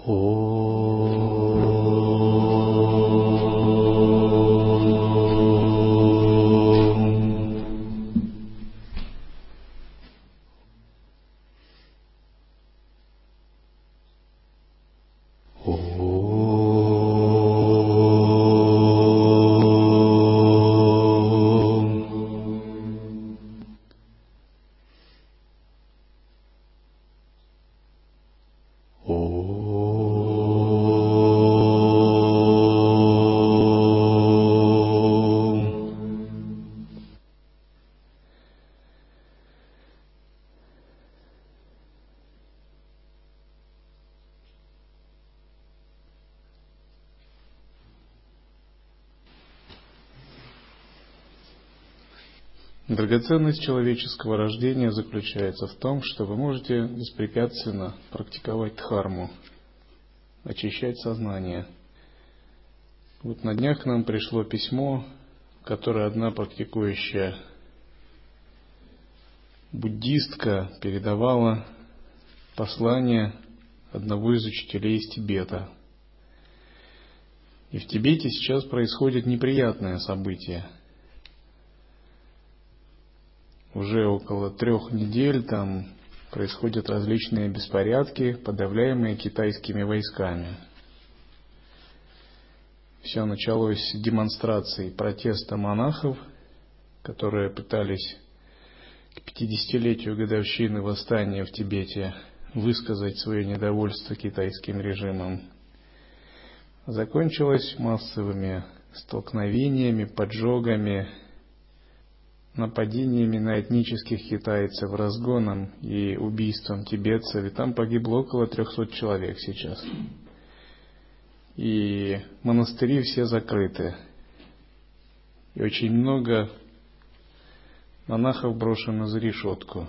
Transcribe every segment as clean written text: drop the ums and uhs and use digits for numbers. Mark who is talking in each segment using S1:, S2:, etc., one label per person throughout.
S1: Драгоценность человеческого рождения заключается в том, что вы можете беспрепятственно практиковать дхарму, очищать сознание. Вот на днях к нам пришло письмо, в которое одна практикующая буддистка передавала послание одного из учителей из Тибета. И в Тибете сейчас происходит неприятное событие. Уже около 3 недель там происходят различные беспорядки, подавляемые китайскими войсками. Все началось с демонстраций протеста монахов, которые пытались к 50-летию годовщины восстания в Тибете высказать свое недовольство китайским режимом. Закончилось массовыми столкновениями, поджогами, нападениями на этнических китайцев, разгоном и убийством тибетцев. И там погибло около 300 человек сейчас. И монастыри все закрыты. И очень много монахов брошено за решетку.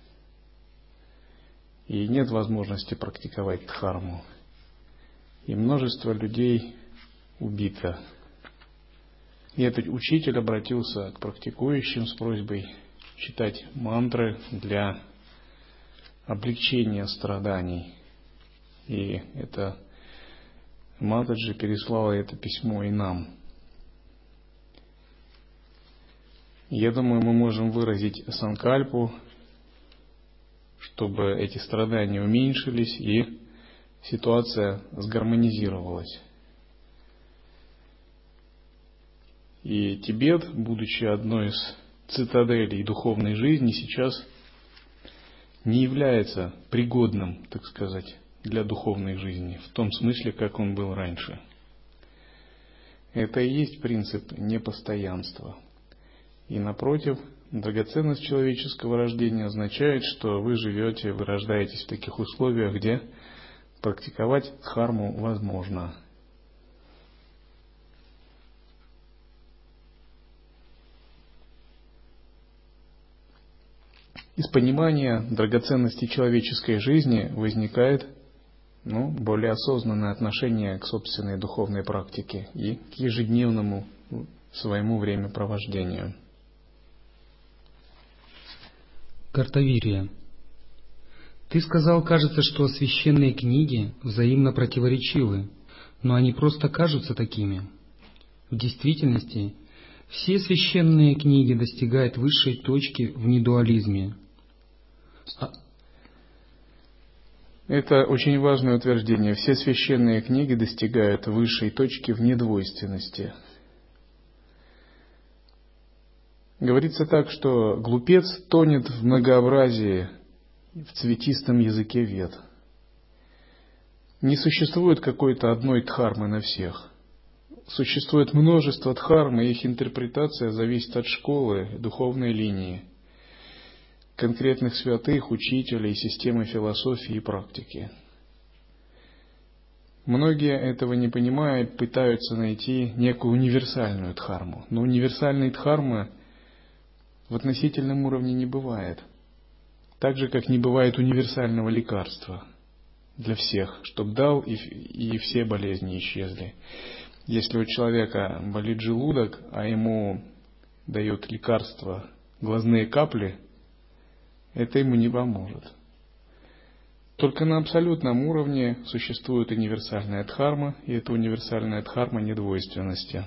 S1: И нет возможности практиковать дхарму. И множество людей убито. И этот учитель обратился к практикующим с просьбой читать мантры для облегчения страданий. И это Матаджи переслала это письмо и нам. Я думаю, мы можем выразить санкальпу, чтобы эти страдания уменьшились и ситуация сгармонизировалась. И Тибет, будучи одной из цитаделей духовной жизни, сейчас не является пригодным, так сказать, для духовной жизни, в том смысле, как он был раньше. Это и есть принцип непостоянства. И напротив, драгоценность человеческого рождения означает, что вы живете, вы рождаетесь в таких условиях, где практиковать дхарму возможно. Из понимания драгоценности человеческой жизни возникает более осознанное отношение к собственной духовной практике и к ежедневному своему времяпровождению.
S2: Картавирия. Ты сказал, кажется, что священные книги взаимно противоречивы, но они просто кажутся такими. В действительности, все священные книги достигают высшей точки в недуализме.
S1: Это очень важное утверждение. Все священные книги достигают высшей точки в недвойственности. Говорится так, что глупец тонет в многообразии, в цветистом языке вед. Не существует какой-то одной дхармы на всех. Существует множество дхарм, и их интерпретация зависит от школы, духовной линии, конкретных святых, учителей, системы философии и практики. Многие этого не понимая, пытаются найти некую универсальную дхарму. Но универсальной дхармы в относительном уровне не бывает. Так же, как не бывает универсального лекарства для всех, чтобы дал и все болезни исчезли. Если у человека болит желудок, а ему дают лекарство, глазные капли, это ему не поможет. Только на абсолютном уровне существует универсальная дхарма, и эта универсальная дхарма недвойственности.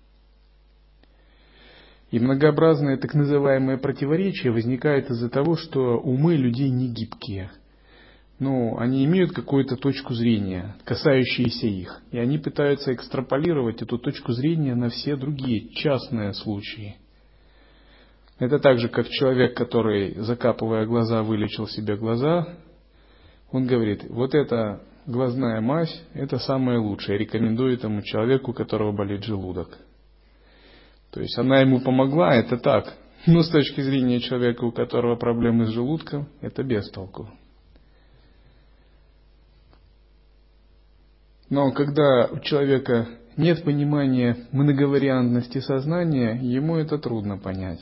S1: И многообразные так называемые противоречия возникают из-за того, что умы людей не гибкие. Они имеют какую-то точку зрения, касающуюся их, и они пытаются экстраполировать эту точку зрения на все другие частные случаи. Это так же, как человек, который, закапывая глаза, вылечил себе глаза. Он говорит, вот эта глазная мазь, это самое лучшее, рекомендует этому человеку, у которого болит желудок. То есть она ему помогла, это так. Но с точки зрения человека, у которого проблемы с желудком, это без толку. Но когда у человека нет понимания многовариантности сознания, ему это трудно понять.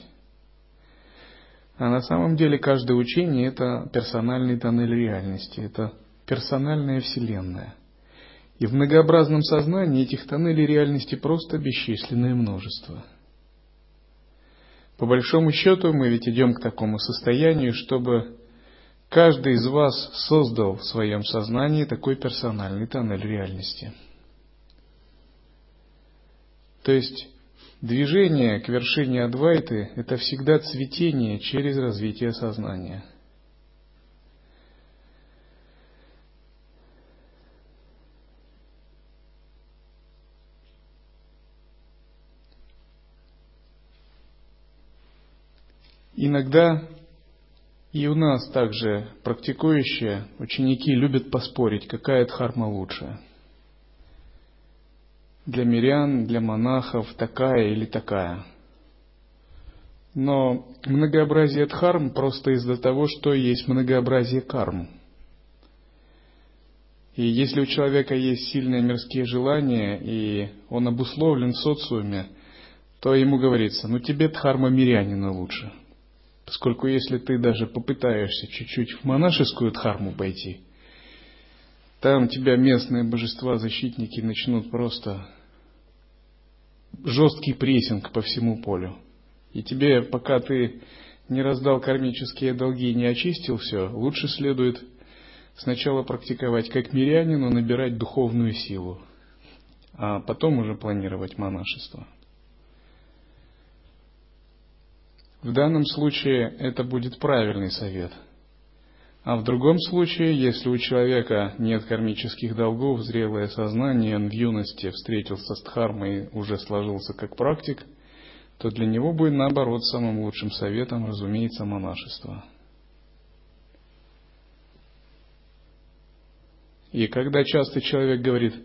S1: А на самом деле каждое учение – это персональный тоннель реальности, это персональная вселенная. И в многообразном сознании этих тоннелей реальности просто бесчисленное множество. По большому счету мы ведь идем к такому состоянию, чтобы каждый из вас создал в своем сознании такой персональный тоннель реальности. То есть движение к вершине Адвайты – это всегда цветение через развитие сознания. Иногда и у нас также практикующие ученики любят поспорить, какая дхарма лучше. Для мирян, для монахов такая или такая. Но многообразие дхарм просто из-за того, что есть многообразие карм. И если у человека есть сильные мирские желания, и он обусловлен в социуме, то ему говорится, тебе дхарма мирянина лучше. Поскольку если ты даже попытаешься чуть-чуть в монашескую дхарму пойти, там тебя местные божества-защитники начнут просто жесткий прессинг по всему полю. И тебе, пока ты не раздал кармические долги и не очистил все, лучше следует сначала практиковать как мирянину, набирать духовную силу, а потом уже планировать монашество. В данном случае это будет правильный совет. А в другом случае, если у человека нет кармических долгов, зрелое сознание, он в юности встретился с дхармой и уже сложился как практик, то для него будет наоборот самым лучшим советом, разумеется, монашество. И когда часто человек говорит,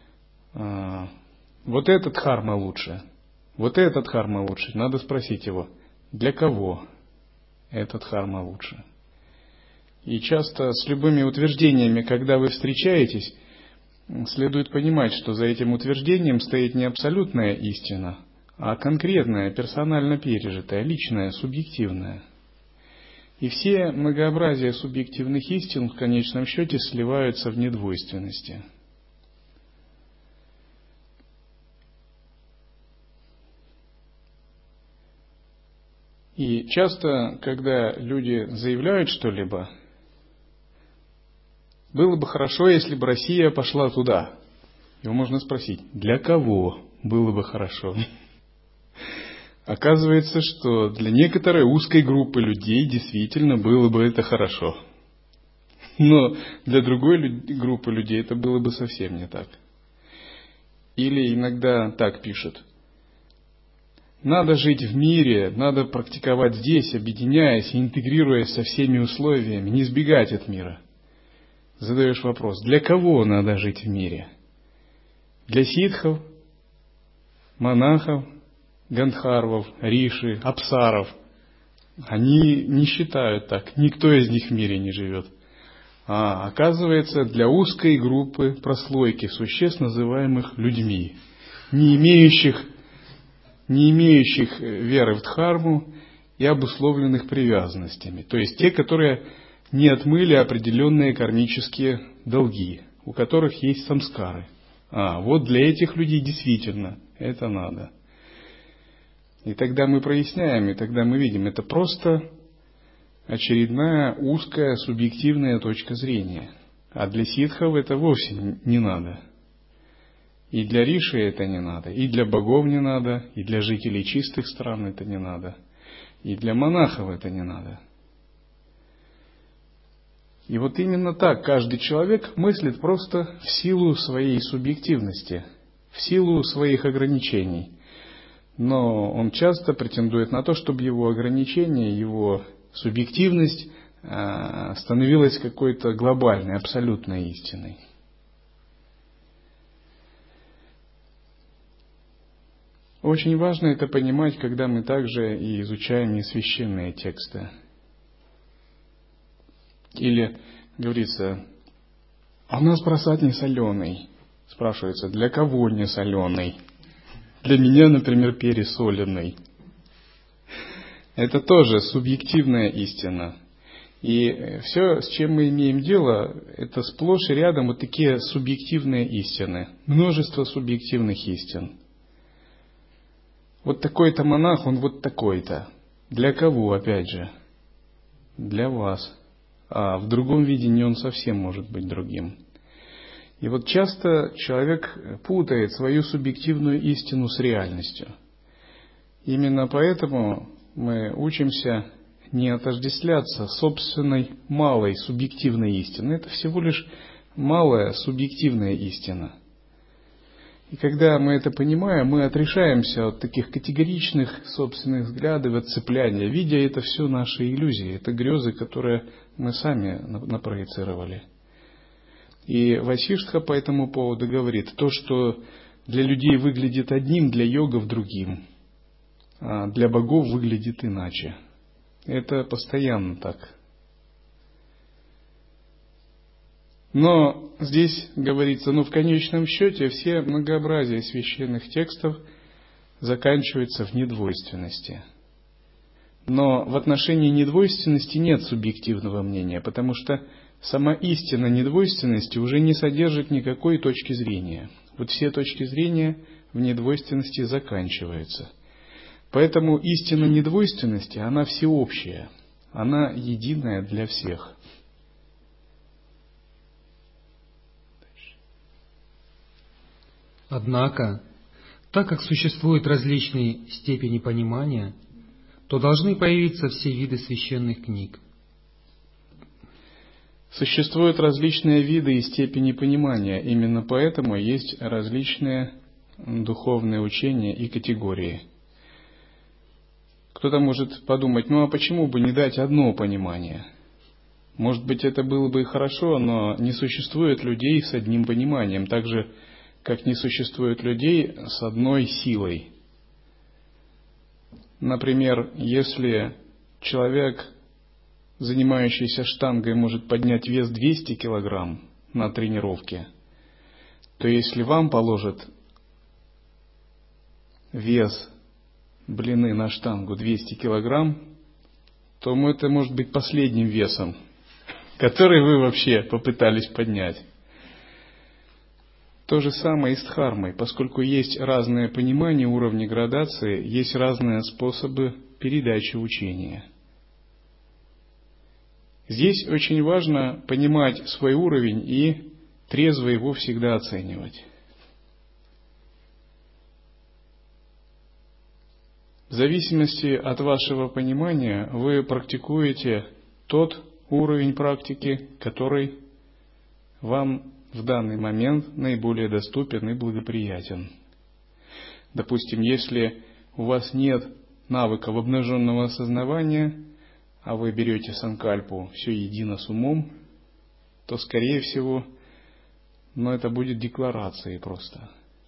S1: вот этот дхарма лучше, вот этот дхарма лучше, надо спросить его, для кого этот дхарма лучше? И часто с любыми утверждениями, когда вы встречаетесь, следует понимать, что за этим утверждением стоит не абсолютная истина, а конкретная, персонально пережитая, личная, субъективная. И все многообразия субъективных истин в конечном счете сливаются в недвойственности. И часто, когда люди заявляют что-либо, было бы хорошо, если бы Россия пошла туда. Его можно спросить, для кого было бы хорошо? Оказывается, что для некоторой узкой группы людей действительно было бы это хорошо. Но для другой группы людей это было бы совсем не так. Или иногда так пишут. Надо жить в мире, надо практиковать здесь, объединяясь и интегрируясь со всеми условиями, не сбегать от мира. Задаешь вопрос, для кого надо жить в мире? Для ситхов, монахов, гандхарвов, риши, апсаров. Они не считают так, никто из них в мире не живет. А оказывается, для узкой группы прослойки существ, называемых людьми, не имеющих веры в дхарму и обусловленных привязанностями. То есть те, которые не отмыли определенные кармические долги, у которых есть самскары. Вот для этих людей действительно это надо. И тогда мы проясняем, и тогда мы видим, это просто очередная узкая субъективная точка зрения. А для ситхов это вовсе не надо. И для риши это не надо, и для богов не надо, и для жителей чистых стран это не надо, и для монахов это не надо. И вот именно так каждый человек мыслит просто в силу своей субъективности, в силу своих ограничений. Но он часто претендует на то, чтобы его ограничения, его субъективность становилась какой-то глобальной, абсолютной истиной. Очень важно это понимать, когда мы также и изучаем несвященные тексты. Или говорится, а у нас просад не соленый. Спрашивается, для кого не соленый? Для меня, например, пересоленный. Это тоже субъективная истина. И все, с чем мы имеем дело, это сплошь и рядом вот такие субъективные истины. Множество субъективных истин. Вот такой-то монах, он вот такой-то. Для кого, опять же? Для вас. А в другом видении он совсем может быть другим. И вот часто человек путает свою субъективную истину с реальностью. Именно поэтому мы учимся не отождествляться собственной малой субъективной истиной. Это всего лишь малая субъективная истина. И когда мы это понимаем, мы отрешаемся от таких категоричных собственных взглядов, от цепляния, видя это все наши иллюзии, это грезы, которые мы сами напроецировали. И Васиштха по этому поводу говорит, то, что для людей выглядит одним, для йогов другим, а для богов выглядит иначе. Это постоянно так. Но здесь говорится, в конечном счете все многообразие священных текстов заканчивается в недвойственности. Но в отношении недвойственности нет субъективного мнения, потому что сама истина недвойственности уже не содержит никакой точки зрения. Вот все точки зрения в недвойственности заканчиваются. Поэтому истина недвойственности, она всеобщая, она единая для всех.
S2: Однако, так как существуют различные степени понимания, то должны появиться все виды священных книг.
S1: Существуют различные виды и степени понимания, именно поэтому есть различные духовные учения и категории. Кто-то может подумать, а почему бы не дать одно понимание? Может быть, это было бы и хорошо, но не существует людей с одним пониманием, так же, как не существует людей с одной силой. Например, если человек, занимающийся штангой, может поднять вес 200 килограмм на тренировке, то если вам положат вес блины на штангу 200 килограмм, то это может быть последним весом, который вы вообще попытались поднять. То же самое и с дхармой, поскольку есть разные понимания, уровни градации, есть разные способы передачи учения. Здесь очень важно понимать свой уровень и трезво его всегда оценивать. В зависимости от вашего понимания вы практикуете тот уровень практики, который вам в данный момент наиболее доступен и благоприятен. Допустим, если у вас нет навыков обнаженного осознавания, а вы берете санкальпу все едино с умом, то, скорее всего, это будет декларацией просто.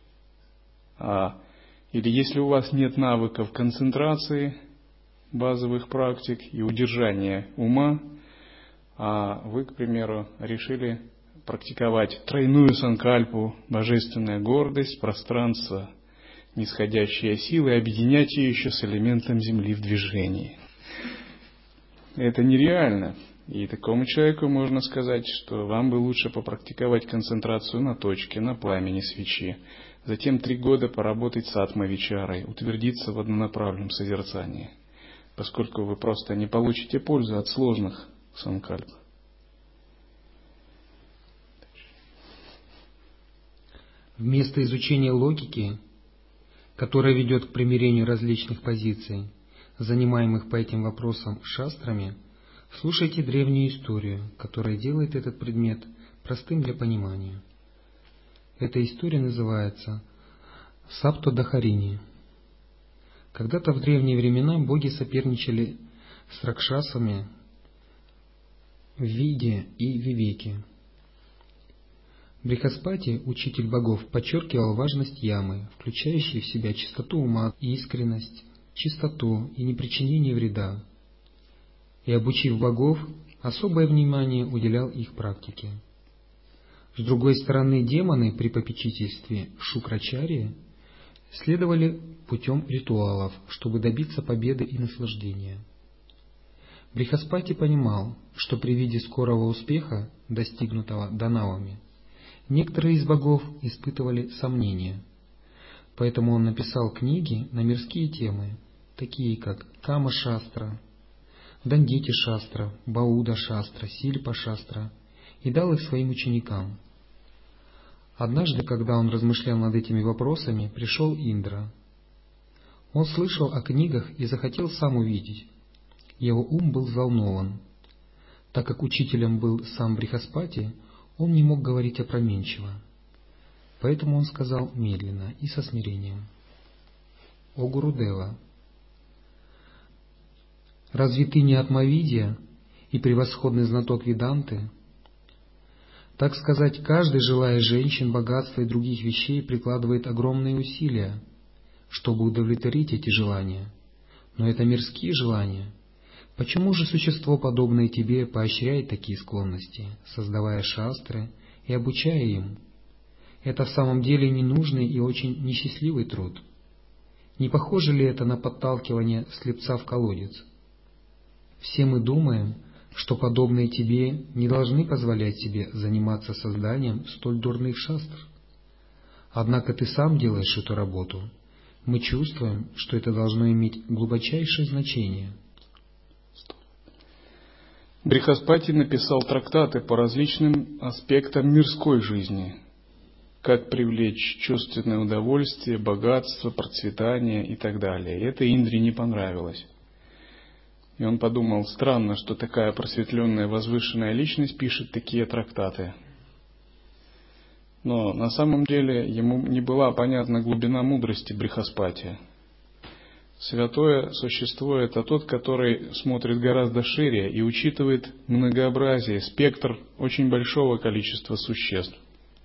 S1: Или если у вас нет навыков концентрации, базовых практик и удержания ума, а вы, к примеру, решили практиковать тройную санкальпу, божественная гордость, пространство, нисходящая сила, и объединять ее еще с элементом Земли в движении. Это нереально. И такому человеку можно сказать, что вам бы лучше попрактиковать концентрацию на точке, на пламени свечи, затем 3 года поработать с атма-вичарой, утвердиться в однонаправленном созерцании, поскольку вы просто не получите пользу от сложных санкальп.
S2: Вместо изучения логики, которая ведет к примирению различных позиций, занимаемых по этим вопросам шастрами, слушайте древнюю историю, которая делает этот предмет простым для понимания. Эта история называется Саптадхарини. Когда-то в древние времена боги соперничали с ракшасами в Виде и Вивеке. Брихаспати, учитель богов, подчеркивал важность ямы, включающей в себя чистоту ума, искренность, чистоту и непричинение вреда, и, обучив богов, особое внимание уделял их практике. С другой стороны, демоны при попечительстве Шукрачарьи следовали путем ритуалов, чтобы добиться победы и наслаждения. Брихаспати понимал, что при виде скорого успеха, достигнутого данавами, некоторые из богов испытывали сомнения, поэтому он написал книги на мирские темы, такие как Кама-шастра, Дандити-шастра, Бауда-шастра, Сильпа-шастра, и дал их своим ученикам. Однажды, когда он размышлял над этими вопросами, пришел Индра. Он слышал о книгах и захотел сам увидеть. Его ум был взволнован. Так как учителем был сам Брихаспати, он не мог говорить опрометчиво. Поэтому он сказал медленно и со смирением: «О Гурудева, разве ты не Атмавидья и превосходный знаток Веданты? Так сказать, каждый, желая женщин, богатства и других вещей, прикладывает огромные усилия, чтобы удовлетворить эти желания. Но это мирские желания. Почему же существо, подобное тебе, поощряет такие склонности, создавая шастры и обучая им? Это в самом деле ненужный и очень несчастливый труд. Не похоже ли это на подталкивание слепца в колодец? Все мы думаем, что подобные тебе не должны позволять себе заниматься созданием столь дурных шастр. Однако ты сам делаешь эту работу. Мы чувствуем, что это должно иметь глубочайшее значение».
S1: Брихаспати написал трактаты по различным аспектам мирской жизни, как привлечь чувственное удовольствие, богатство, процветание и так далее. И это Индре не понравилось. И он подумал: странно, что такая просветленная, возвышенная личность пишет такие трактаты. Но на самом деле ему не была понятна глубина мудрости Брихаспати. Святое существо — это тот, который смотрит гораздо шире и учитывает многообразие, спектр очень большого количества существ.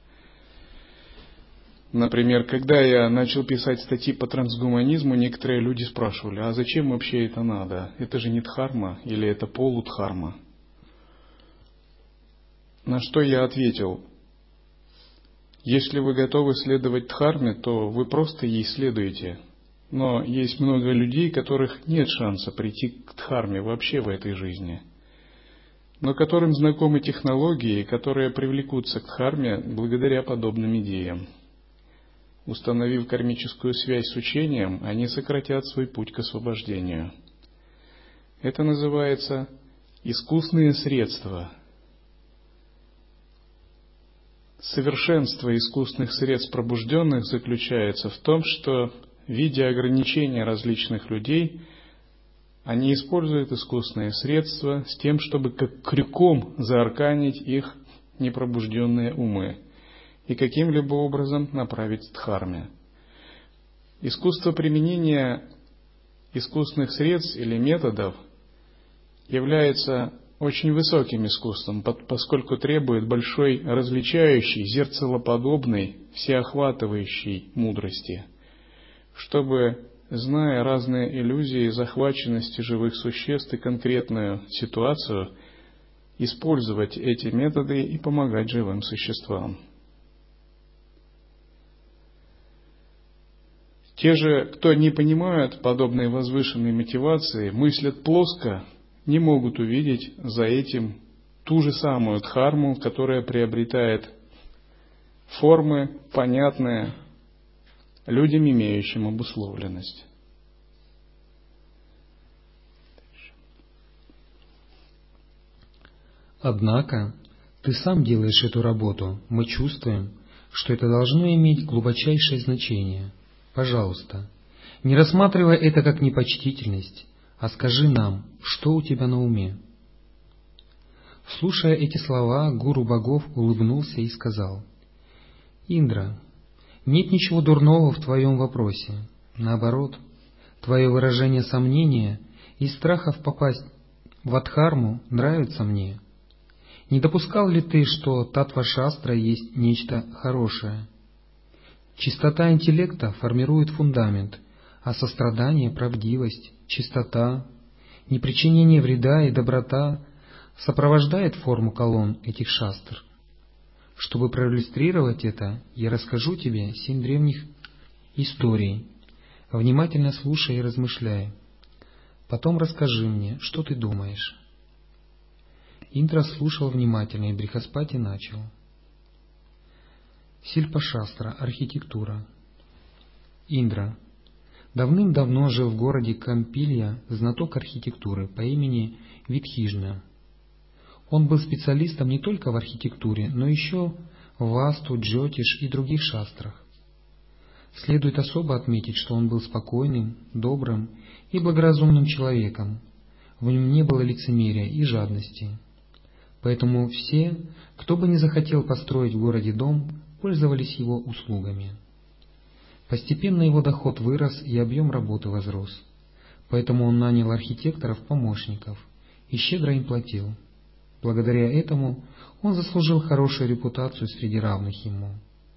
S1: Например, когда я начал писать статьи по трансгуманизму, некоторые люди спрашивали: а зачем вообще это надо? Это же не дхарма или это полудхарма? На что я ответил: если вы готовы следовать дхарме, то вы просто ей следуете. Но есть много людей, которых нет шанса прийти к дхарме вообще в этой жизни, но которым знакомы технологии, которые привлекутся к дхарме благодаря подобным идеям. Установив кармическую связь с учением, они сократят свой путь к освобождению. Это называется искусные средства. Совершенство искусных средств пробужденных заключается в том, что, видя ограничения различных людей, они используют искусные средства с тем, чтобы как крюком заарканить их непробужденные умы и каким-либо образом направить к дхарме. Искусство применения искусных средств или методов является очень высоким искусством, поскольку требует большой различающей, зеркалоподобной, всеохватывающей мудрости, чтобы, зная разные иллюзии захваченности живых существ и конкретную ситуацию, использовать эти методы и помогать живым существам. Те же, кто не понимают подобной возвышенной мотивации, мыслят плоско, не могут увидеть за этим ту же самую дхарму, которая приобретает формы, понятные людям, имеющим обусловленность.
S2: Однако ты сам делаешь эту работу. Мы чувствуем, что это должно иметь глубочайшее значение. Пожалуйста, не рассматривай это как непочтительность, а скажи нам, что у тебя на уме». Слушая эти слова, гуру богов улыбнулся и сказал: «Индра, нет ничего дурного в твоем вопросе. Наоборот, твое выражение сомнения и страхов попасть в Адхарму нравится мне. Не допускал ли ты, что Татва-шастра есть нечто хорошее? Чистота интеллекта формирует фундамент, а сострадание, правдивость, чистота, непричинение вреда и доброта сопровождает форму колонн этих шастр. Чтобы проиллюстрировать это, я расскажу тебе 7 древних историй. Внимательно слушай и размышляй. Потом расскажи мне, что ты думаешь». Индра слушал внимательно, и Брихаспати начал. Сильпа-шастра, архитектура. Индра. Давным-давно жил в городе Кампилья знаток архитектуры по имени Витхижна. Он был специалистом не только в архитектуре, но еще в васту, джотиш и других шастрах. Следует особо отметить, что он был спокойным, добрым и благоразумным человеком. В нем не было лицемерия и жадности. Поэтому все, кто бы не захотел построить в городе дом, пользовались его услугами. Постепенно его доход вырос и объем работы возрос. Поэтому он нанял архитекторов-помощников и щедро им платил. Благодаря этому он заслужил хорошую репутацию среди равных ему.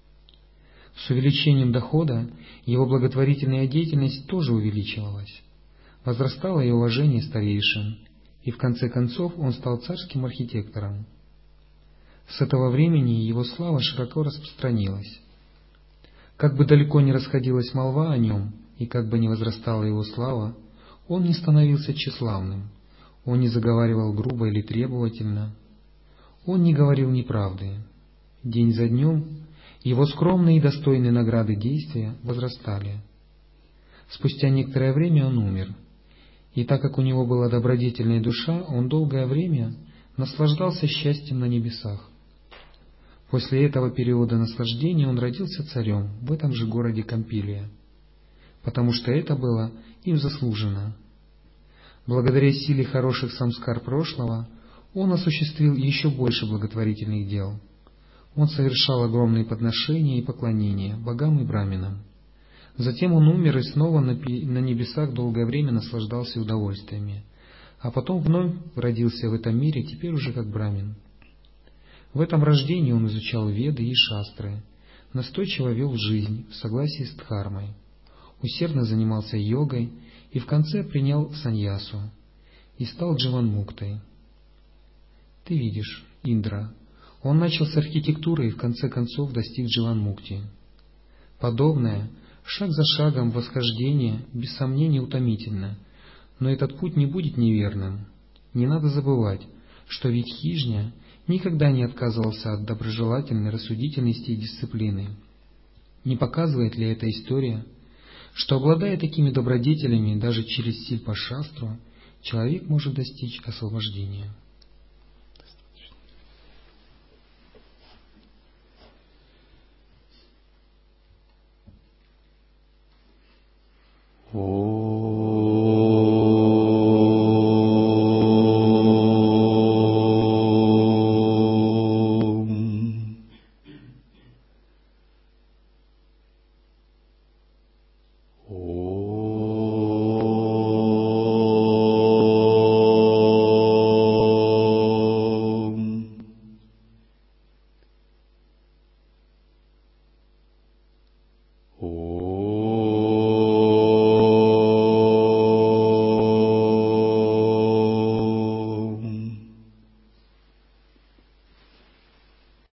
S2: С увеличением дохода его благотворительная деятельность тоже увеличивалась. Возрастало и уважение старейшин, и в конце концов он стал царским архитектором. С этого времени его слава широко распространилась. Как бы далеко ни расходилась молва о нем, и как бы ни возрастала его слава, он не становился тщеславным, он не заговаривал грубо или требовательно, он не говорил неправды. День за днем его скромные и достойные награды действия возрастали. Спустя некоторое время он умер, и так как у него была добродетельная душа, он долгое время наслаждался счастьем на небесах. После этого периода наслаждения он родился царем в этом же городе Кампилия, потому что это было им заслужено. Благодаря силе хороших самскар прошлого он осуществил еще больше благотворительных дел. Он совершал огромные подношения и поклонения богам и браминам. Затем он умер и снова на небесах долгое время наслаждался удовольствиями, а потом вновь родился в этом мире, теперь уже как брамин. В этом рождении он изучал веды и шастры, настойчиво вел жизнь в согласии с дхармой, усердно занимался йогой и в конце принял саньясу и стал дживанмуктой. Ты видишь, Индра, он начал с архитектуры и в конце концов достиг дживанмукти. Подобное, шаг за шагом восхождение, без сомнения утомительно, но этот путь не будет неверным. Не надо забывать, что Витхижня никогда не отказывался от доброжелательной рассудительности и дисциплины. Не показывает ли эта история, что, обладая такими добродетелями, даже через Сильпа-шастру, человек может достичь освобождения?
S1: Om.